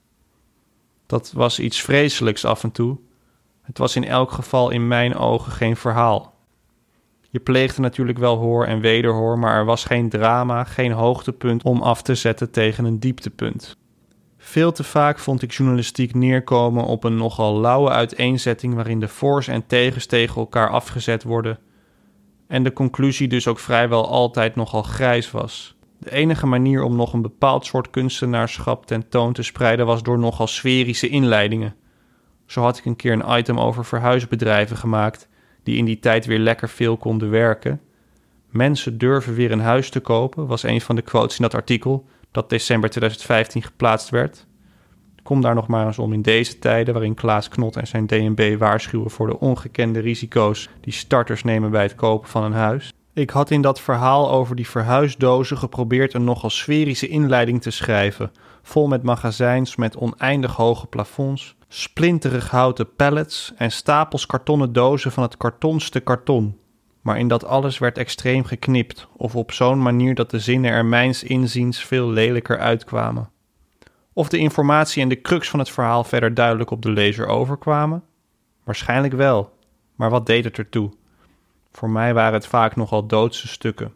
Dat was iets vreselijks af en toe. Het was in elk geval in mijn ogen geen verhaal. Je pleegde natuurlijk wel hoor en wederhoor, maar er was geen drama, geen hoogtepunt om af te zetten tegen een dieptepunt. Veel te vaak vond ik journalistiek neerkomen op een nogal lauwe uiteenzetting waarin de voor's en tegens tegen elkaar afgezet worden en de conclusie dus ook vrijwel altijd nogal grijs was. De enige manier om nog een bepaald soort kunstenaarschap tentoon te spreiden was door nogal sferische inleidingen. Zo had ik een keer een item over verhuisbedrijven gemaakt die in die tijd weer lekker veel konden werken. Mensen durven weer een huis te kopen, was een van de quotes in dat artikel dat december 2015 geplaatst werd. Kom daar nog maar eens om in deze tijden waarin Klaas Knot en zijn DNB waarschuwen voor de ongekende risico's die starters nemen bij het kopen van een huis. Ik had in dat verhaal over die verhuisdozen geprobeerd een nogal sferische inleiding te schrijven, vol met magazijns met oneindig hoge plafonds, splinterig houten pallets en stapels kartonnen dozen van het kartonste karton. Maar in dat alles werd extreem geknipt, of op zo'n manier dat de zinnen er mijns inziens veel lelijker uitkwamen. Of de informatie en de crux van het verhaal verder duidelijk op de lezer overkwamen? Waarschijnlijk wel, maar wat deed het ertoe? Voor mij waren het vaak nogal doodse stukken.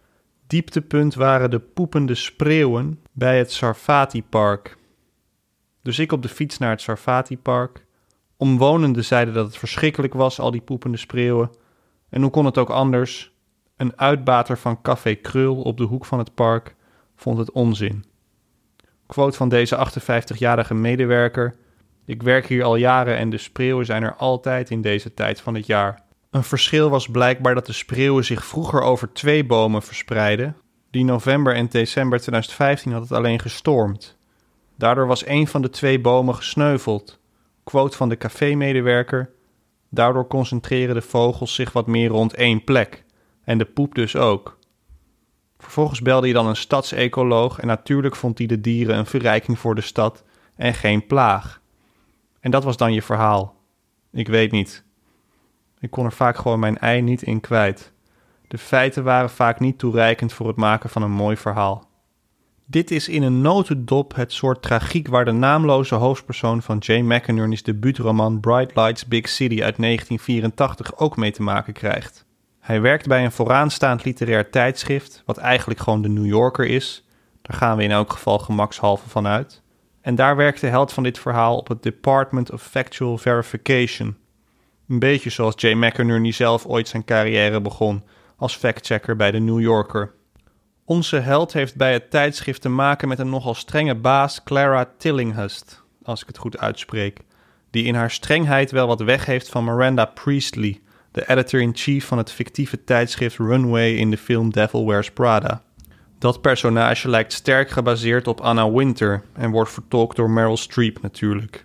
Dieptepunt waren de poepende spreeuwen bij het Sarfati Park. Dus ik op de fiets naar het Sarfati-park. Omwonenden zeiden dat het verschrikkelijk was, al die poepende spreeuwen. En hoe kon het ook anders? Een uitbater van Café Krul op de hoek van het park vond het onzin. Quote van deze 58-jarige medewerker: ik werk hier al jaren en de spreeuwen zijn er altijd in deze tijd van het jaar. Een verschil was blijkbaar dat de spreeuwen zich vroeger over 2 bomen verspreidden. Die november en december 2015 had het alleen gestormd. Daardoor was 1 van de 2 bomen gesneuveld. Quote van de cafémedewerker: daardoor concentreren de vogels zich wat meer rond 1 plek. En de poep dus ook. Vervolgens belde je dan een stadsecoloog en natuurlijk vond hij de dieren een verrijking voor de stad en geen plaag. En dat was dan je verhaal. Ik weet niet. Ik kon er vaak gewoon mijn ei niet in kwijt. De feiten waren vaak niet toereikend voor het maken van een mooi verhaal. Dit is in een notendop het soort tragiek waar de naamloze hoofdpersoon van Jay McInerney's debuutroman Bright Lights Big City uit 1984 ook mee te maken krijgt. Hij werkt bij een vooraanstaand literair tijdschrift, wat eigenlijk gewoon de New Yorker is. Daar gaan we in elk geval gemakshalve van uit. En daar werkt de held van dit verhaal op het Department of Factual Verification. Een beetje zoals Jay McInerney zelf ooit zijn carrière begon als factchecker bij de New Yorker. Onze held heeft bij het tijdschrift te maken met een nogal strenge baas, Clara Tillinghast, als ik het goed uitspreek, die in haar strengheid wel wat weg heeft van Miranda Priestley, de editor-in-chief van het fictieve tijdschrift Runway in de film Devil Wears Prada. Dat personage lijkt sterk gebaseerd op Anna Wintour en wordt vertolkt door Meryl Streep natuurlijk.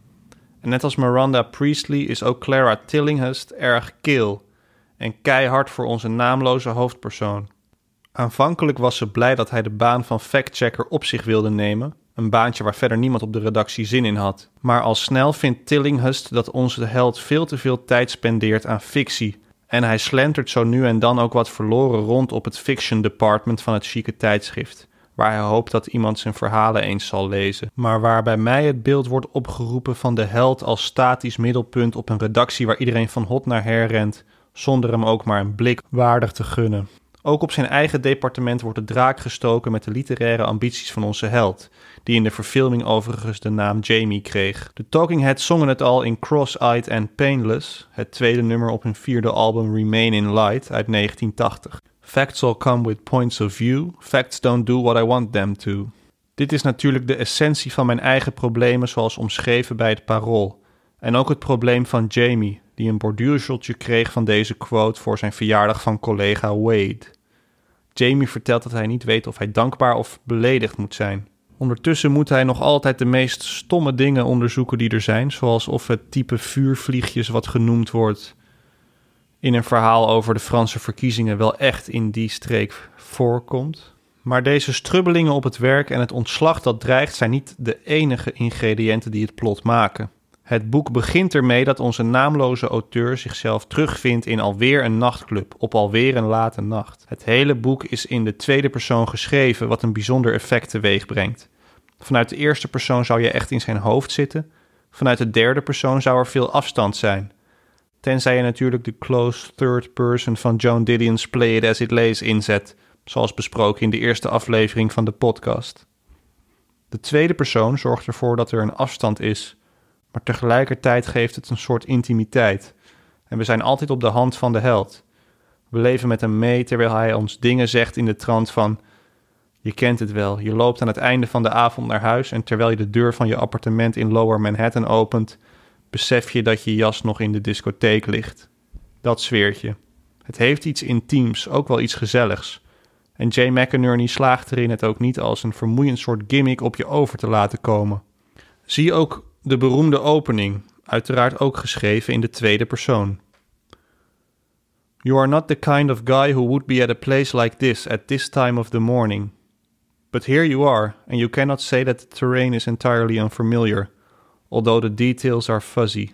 En net als Miranda Priestley is ook Clara Tillinghast erg kil en keihard voor onze naamloze hoofdpersoon. Aanvankelijk was ze blij dat hij de baan van factchecker op zich wilde nemen, een baantje waar verder niemand op de redactie zin in had. Maar al snel vindt Tillinghast dat onze held veel te veel tijd spendeert aan fictie en hij slentert zo nu en dan ook wat verloren rond op het fiction department van het chique tijdschrift, waar hij hoopt dat iemand zijn verhalen eens zal lezen. Maar waar bij mij het beeld wordt opgeroepen van de held als statisch middelpunt op een redactie waar iedereen van hot naar her rent, zonder hem ook maar een blik waardig te gunnen. Ook op zijn eigen departement wordt de draak gestoken met de literaire ambities van onze held, die in de verfilming overigens de naam Jamie kreeg. De Talking Heads zongen het al in Cross-Eyed and Painless, het tweede nummer op hun 4e album Remain in Light uit 1980. Facts all come with points of view, facts don't do what I want them to. Dit is natuurlijk de essentie van mijn eigen problemen zoals omschreven bij het Parool. En ook het probleem van Jamie, die een borduurshotje kreeg van deze quote voor zijn verjaardag van collega Wade. Jamie vertelt dat hij niet weet of hij dankbaar of beledigd moet zijn. Ondertussen moet hij nog altijd de meest stomme dingen onderzoeken die er zijn, zoals of het type vuurvliegjes wat genoemd wordt in een verhaal over de Franse verkiezingen wel echt in die streek voorkomt. Maar deze strubbelingen op het werk en het ontslag dat dreigt zijn niet de enige ingrediënten die het plot maken. Het boek begint ermee dat onze naamloze auteur zichzelf terugvindt in alweer een nachtclub, op alweer een late nacht. Het hele boek is in de tweede persoon geschreven, wat een bijzonder effect teweeg brengt. Vanuit de eerste persoon zou je echt in zijn hoofd zitten, vanuit de derde persoon zou er veel afstand zijn. Tenzij je natuurlijk de close third person van Joan Didion's Play It As It Lays inzet, zoals besproken in de eerste aflevering van de podcast. De tweede persoon zorgt ervoor dat er een afstand is, maar tegelijkertijd geeft het een soort intimiteit. En we zijn altijd op de hand van de held. We leven met hem mee terwijl hij ons dingen zegt in de trant van: je kent het wel, je loopt aan het einde van de avond naar huis en terwijl je de deur van je appartement in Lower Manhattan opent, besef je dat je jas nog in de discotheek ligt. Dat sfeertje. Het heeft iets intiems, ook wel iets gezelligs. En Jay McInerney slaagt erin het ook niet als een vermoeiend soort gimmick op je over te laten komen. Zie ook de beroemde opening, uiteraard ook geschreven in de tweede persoon. You are not the kind of guy who would be at a place like this at this time of the morning. But here you are, and you cannot say that the terrain is entirely unfamiliar, although the details are fuzzy.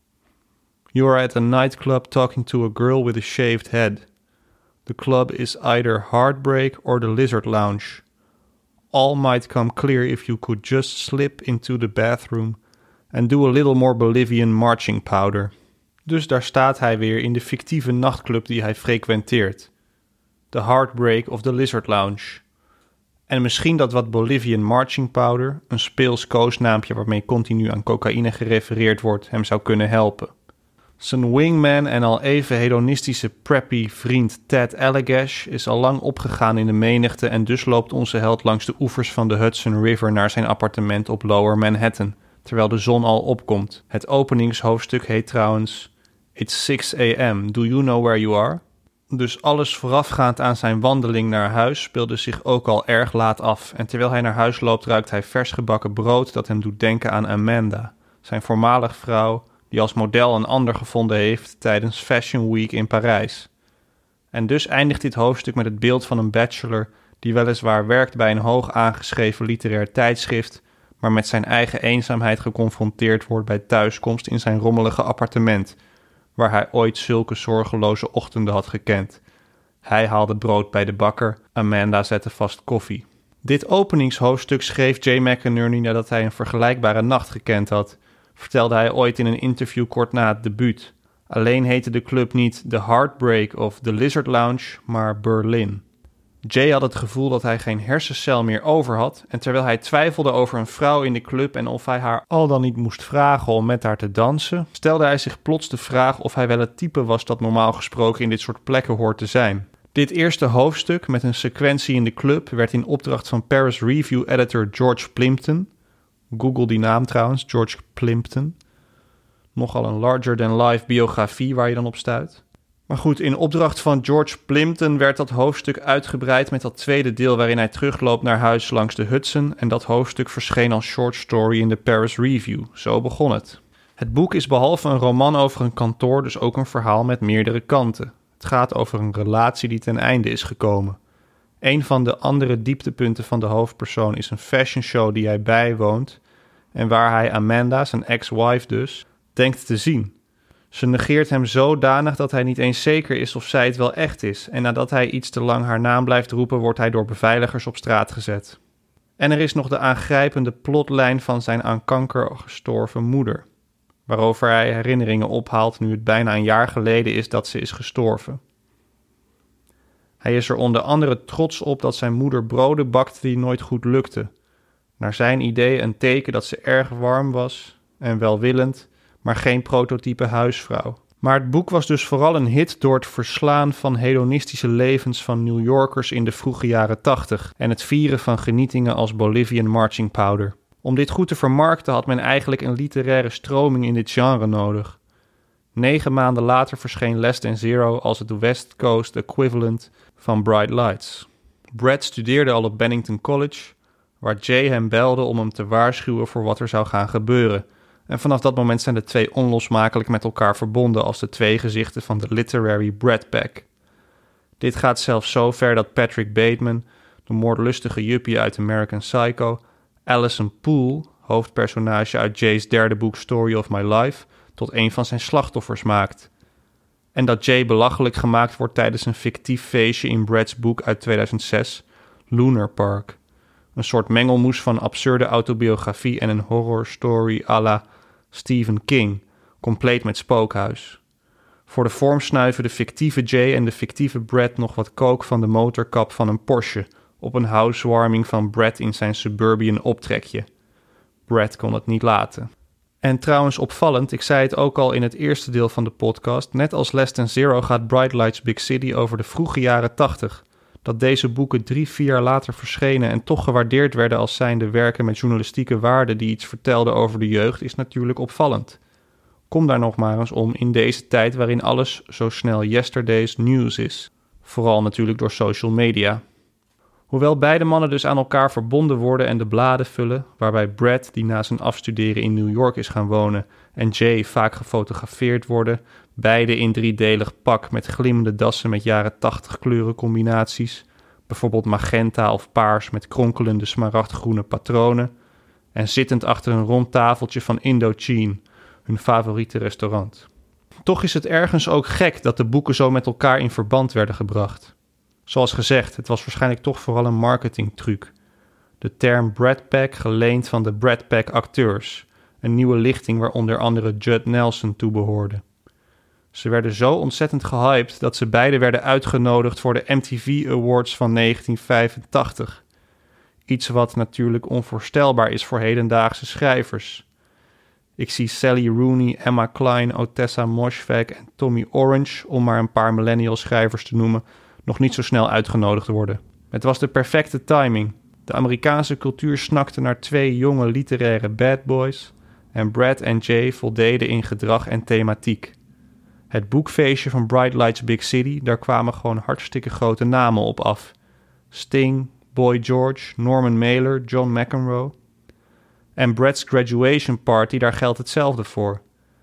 You are at a nightclub talking to a girl with a shaved head. The club is either Heartbreak or the Lizard Lounge. All might come clear if you could just slip into the bathroom and do a little more Bolivian marching powder. Dus daar staat hij weer in de fictieve nachtclub die hij frequenteert. The Heartbreak of the Lizard Lounge. En misschien dat wat Bolivian Marching Powder, een speels koosnaampje waarmee continu aan cocaïne gerefereerd wordt, hem zou kunnen helpen. Zijn wingman en al even hedonistische preppy vriend Ted Allagash is al lang opgegaan in de menigte en dus loopt onze held langs de oevers van de Hudson River naar zijn appartement op Lower Manhattan, terwijl de zon al opkomt. Het openingshoofdstuk heet trouwens It's 6 a.m. Do you know where you are? Dus alles voorafgaand aan zijn wandeling naar huis speelde zich ook al erg laat af. En terwijl hij naar huis loopt ruikt hij vers gebakken brood dat hem doet denken aan Amanda, zijn voormalig vrouw die als model een ander gevonden heeft tijdens Fashion Week in Parijs. En dus eindigt dit hoofdstuk met het beeld van een bachelor die weliswaar werkt bij een hoog aangeschreven literair tijdschrift, maar met zijn eigen eenzaamheid geconfronteerd wordt bij thuiskomst in zijn rommelige appartement, waar hij ooit zulke zorgeloze ochtenden had gekend. Hij haalde brood bij de bakker, Amanda zette vast koffie. Dit openingshoofdstuk schreef Jay McInerney nadat hij een vergelijkbare nacht gekend had, vertelde hij ooit in een interview kort na het debuut. Alleen heette de club niet The Heartbreak of The Lizard Lounge, maar Berlin. Jay had het gevoel dat hij geen hersencel meer over had en terwijl hij twijfelde over een vrouw in de club en of hij haar al dan niet moest vragen om met haar te dansen, stelde hij zich plots de vraag of hij wel het type was dat normaal gesproken in dit soort plekken hoort te zijn. Dit eerste hoofdstuk met een sequentie in de club werd in opdracht van Paris Review-editor George Plimpton, Google die naam trouwens, George Plimpton, nogal een larger-than-life biografie waar je dan op stuit. Maar goed, in opdracht van George Plimpton werd dat hoofdstuk uitgebreid met dat tweede deel waarin hij terugloopt naar huis langs de Hudson en dat hoofdstuk verscheen als short story in de Paris Review. Zo begon het. Het boek is behalve een roman over een kantoor dus ook een verhaal met meerdere kanten. Het gaat over een relatie die ten einde is gekomen. Een van de andere dieptepunten van de hoofdpersoon is een fashion show die hij bijwoont en waar hij Amanda, zijn ex-wife dus, denkt te zien. Ze negeert hem zodanig dat hij niet eens zeker is of zij het wel echt is en nadat hij iets te lang haar naam blijft roepen wordt hij door beveiligers op straat gezet. En er is nog de aangrijpende plotlijn van zijn aan kanker gestorven moeder, waarover hij herinneringen ophaalt nu het bijna een jaar geleden is dat ze is gestorven. Hij is er onder andere trots op dat zijn moeder broden bakte die nooit goed lukten. Naar zijn idee een teken dat ze erg warm was en welwillend, maar geen prototype huisvrouw. Maar het boek was dus vooral een hit door het verslaan van hedonistische levens van New Yorkers in de vroege jaren 80 en het vieren van genietingen als Bolivian Marching Powder. Om dit goed te vermarkten had men eigenlijk een literaire stroming in dit genre nodig. 9 maanden later verscheen Less Than Zero als het West Coast equivalent van Bright Lights. Brad studeerde al op Bennington College, waar Jay hem belde om hem te waarschuwen voor wat er zou gaan gebeuren. En vanaf dat moment zijn de twee onlosmakelijk met elkaar verbonden als de twee gezichten van de literary Brat Pack. Dit gaat zelfs zo ver dat Patrick Bateman, de moordlustige juppie uit American Psycho, Alison Poole, hoofdpersonage uit Jay's derde boek Story of My Life, tot een van zijn slachtoffers maakt. En dat Jay belachelijk gemaakt wordt tijdens een fictief feestje in Brad's boek uit 2006, Lunar Park. Een soort mengelmoes van absurde autobiografie en een horrorstory à la Stephen King, compleet met spookhuis. Voor de vorm snuiven de fictieve Jay en de fictieve Brad nog wat kook van de motorkap van een Porsche op een housewarming van Brad in zijn suburban optrekje. Brad kon het niet laten. En trouwens opvallend, ik zei het ook al in het eerste deel van de podcast, net als Less Than Zero gaat Bright Lights Big City over de vroege jaren 80. Dat deze boeken 3-4 jaar later verschenen en toch gewaardeerd werden als zijnde werken met journalistieke waarde die iets vertelden over de jeugd is natuurlijk opvallend. Kom daar nog maar eens om in deze tijd waarin alles zo snel yesterday's news is. Vooral natuurlijk door social media. Hoewel beide mannen dus aan elkaar verbonden worden en de bladen vullen, waarbij Brad, die na zijn afstuderen in New York is gaan wonen, en Jay vaak gefotografeerd worden, beide in driedelig pak met glimmende dassen met jaren 80 kleurencombinaties, bijvoorbeeld magenta of paars met kronkelende smaragdgroene patronen, en zittend achter een rond tafeltje van Indochine, hun favoriete restaurant. Toch is het ergens ook gek dat de boeken zo met elkaar in verband werden gebracht. Zoals gezegd, het was waarschijnlijk toch vooral een marketingtruc. De term Brat Pack geleend van de Brat Pack acteurs, een nieuwe lichting waar onder andere Judd Nelson toe behoorde. Ze werden zo ontzettend gehyped dat ze beide werden uitgenodigd voor de MTV Awards van 1985. Iets wat natuurlijk onvoorstelbaar is voor hedendaagse schrijvers. Ik zie Sally Rooney, Emma Klein, Otessa Moshfegh en Tommy Orange, om maar een paar millennial schrijvers te noemen, nog niet zo snel uitgenodigd worden. Het was de perfecte timing. De Amerikaanse cultuur snakte naar 2 jonge literaire bad boys en Brad en Jay voldeden in gedrag en thematiek. Het boekfeestje van Bright Lights Big City, daar kwamen gewoon hartstikke grote namen op af. Sting, Boy George, Norman Mailer, John McEnroe. En Brad's graduation party, daar geldt hetzelfde voor.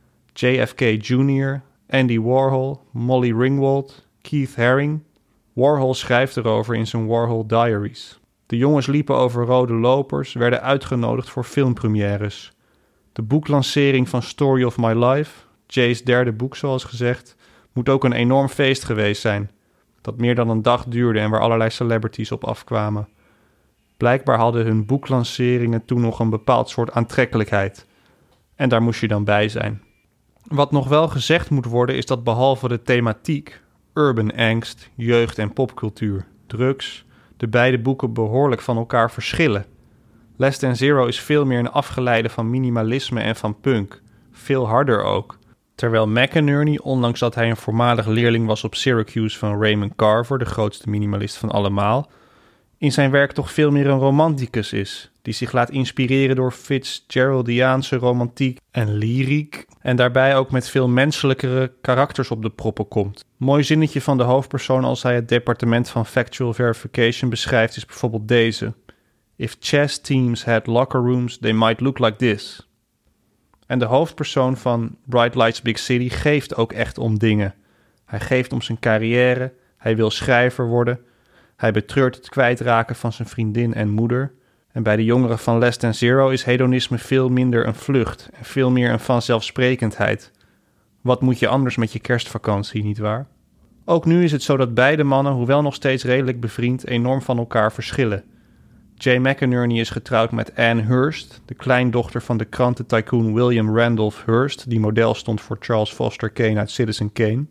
JFK Jr., Andy Warhol, Molly Ringwald, Keith Haring. Warhol schrijft erover in zijn Warhol Diaries. De jongens liepen over rode lopers, werden uitgenodigd voor filmpremières. De boeklancering van Story of My Life, Jay's 3e boek zoals gezegd, moet ook een enorm feest geweest zijn, dat meer dan een dag duurde en waar allerlei celebrities op afkwamen. Blijkbaar hadden hun boeklanceringen toen nog een bepaald soort aantrekkelijkheid. En daar moest je dan bij zijn. Wat nog wel gezegd moet worden is dat behalve de thematiek, urban angst, jeugd en popcultuur, drugs, de beide boeken behoorlijk van elkaar verschillen. Less Than Zero is veel meer een afgeleide van minimalisme en van punk. Veel harder ook. Terwijl McInerney, ondanks dat hij een voormalig leerling was op Syracuse van Raymond Carver, de grootste minimalist van allemaal, in zijn werk toch veel meer een romanticus is, die zich laat inspireren door Fitzgeraldiaanse romantiek en lyriek en daarbij ook met veel menselijkere karakters op de proppen komt. Mooi zinnetje van de hoofdpersoon als hij het departement van factual verification beschrijft is bijvoorbeeld deze: If chess teams had locker rooms, they might look like this. En de hoofdpersoon van Bright Lights Big City geeft ook echt om dingen. Hij geeft om zijn carrière, hij wil schrijver worden, hij betreurt het kwijtraken van zijn vriendin en moeder. En bij de jongeren van Less Than Zero is hedonisme veel minder een vlucht en veel meer een vanzelfsprekendheid. Wat moet je anders met je kerstvakantie, nietwaar? Ook nu is het zo dat beide mannen, hoewel nog steeds redelijk bevriend, enorm van elkaar verschillen. Jay McInerney is getrouwd met Anne Hurst, de kleindochter van de krantentycoon William Randolph Hearst, die model stond voor Charles Foster Kane uit Citizen Kane.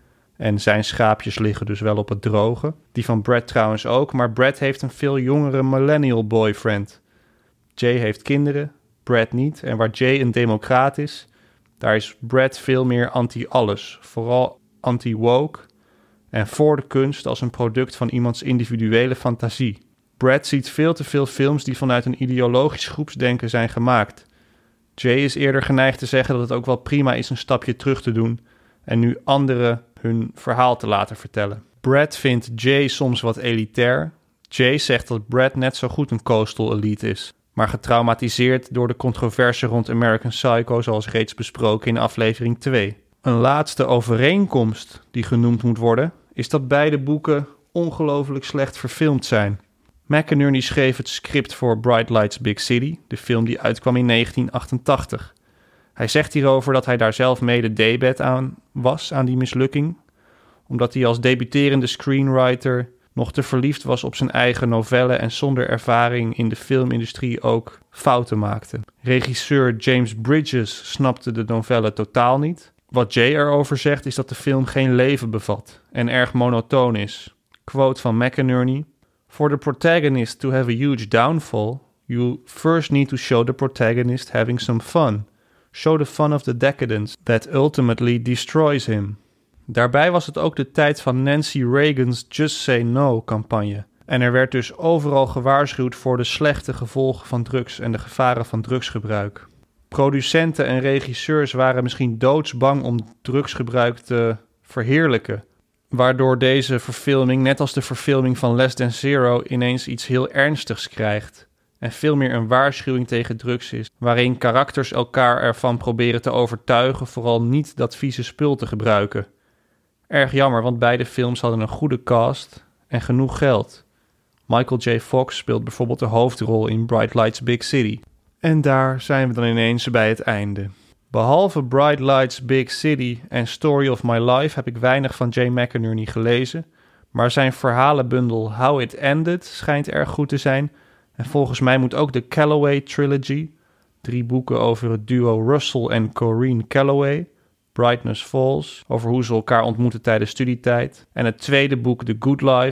En zijn schaapjes liggen dus wel op het droge. Die van Brad trouwens ook, maar Brad heeft een veel jongere millennial boyfriend. Jay heeft kinderen, Brad niet. En waar Jay een democraat is, daar is Brad veel meer anti-alles. Vooral anti-woke en voor de kunst als een product van iemands individuele fantasie. Brad ziet veel te veel films die vanuit een ideologisch groepsdenken zijn gemaakt. Jay is eerder geneigd te zeggen dat het ook wel prima is een stapje terug te doen en nu anderen hun verhaal te laten vertellen. Brad vindt Jay soms wat elitair. Jay zegt dat Brad net zo goed een coastal elite is, maar getraumatiseerd door de controverse rond American Psycho zoals reeds besproken in aflevering 2. Een laatste overeenkomst die genoemd moet worden is dat beide boeken ongelooflijk slecht verfilmd zijn. McInerney schreef het script voor Bright Lights Big City, de film die uitkwam in 1988. Hij zegt hierover dat hij daar zelf mede debet aan was, aan die mislukking, omdat hij als debuterende screenwriter nog te verliefd was op zijn eigen novelle en zonder ervaring in de filmindustrie ook fouten maakte. Regisseur James Bridges snapte de novelle totaal niet. Wat Jay erover zegt is dat de film geen leven bevat en erg monotoon is. Quote van McInerney: For the protagonist to have a huge downfall, you first need to show the protagonist having some fun. Show the fun of the decadence that ultimately destroys him. Daarbij was het ook de tijd van Nancy Reagan's Just Say No campagne. En er werd dus overal gewaarschuwd voor de slechte gevolgen van drugs en de gevaren van drugsgebruik. Producenten en regisseurs waren misschien doodsbang om drugsgebruik te verheerlijken, waardoor deze verfilming, net als de verfilming van Less Than Zero, ineens iets heel ernstigs krijgt en veel meer een waarschuwing tegen drugs is, waarin karakters elkaar ervan proberen te overtuigen vooral niet dat vieze spul te gebruiken. Erg jammer, want beide films hadden een goede cast en genoeg geld. Michael J. Fox speelt bijvoorbeeld de hoofdrol in Bright Lights Big City. En daar zijn we dan ineens bij het einde. Behalve Bright Lights Big City en Story of My Life heb ik weinig van Jay McInerney gelezen, maar zijn verhalenbundel How It Ended schijnt erg goed te zijn. En volgens mij moet ook de Calloway Trilogy, 3 boeken over het duo Russell en Corinne Calloway, Brightness Falls, over hoe ze elkaar ontmoeten tijdens studietijd, en het tweede boek The Good Life,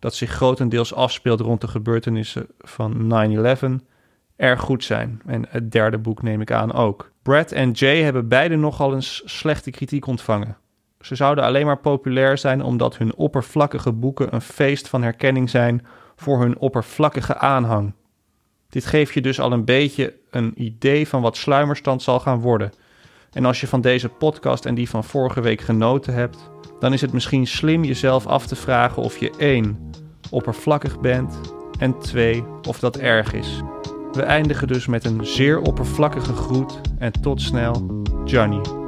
dat zich grotendeels afspeelt rond de gebeurtenissen van 9/11, erg goed zijn. En het derde boek neem ik aan ook. Brad en Jay hebben beide nogal eens slechte kritiek ontvangen. Ze zouden alleen maar populair zijn omdat hun oppervlakkige boeken een feest van herkenning zijn voor hun oppervlakkige aanhang. Dit geeft je dus al een beetje een idee van wat Sluimerstand zal gaan worden. En als je van deze podcast en die van vorige week genoten hebt, dan is het misschien slim jezelf af te vragen of je 1. oppervlakkig bent en 2. of dat erg is. We eindigen dus met een zeer oppervlakkige groet en tot snel, Johnny.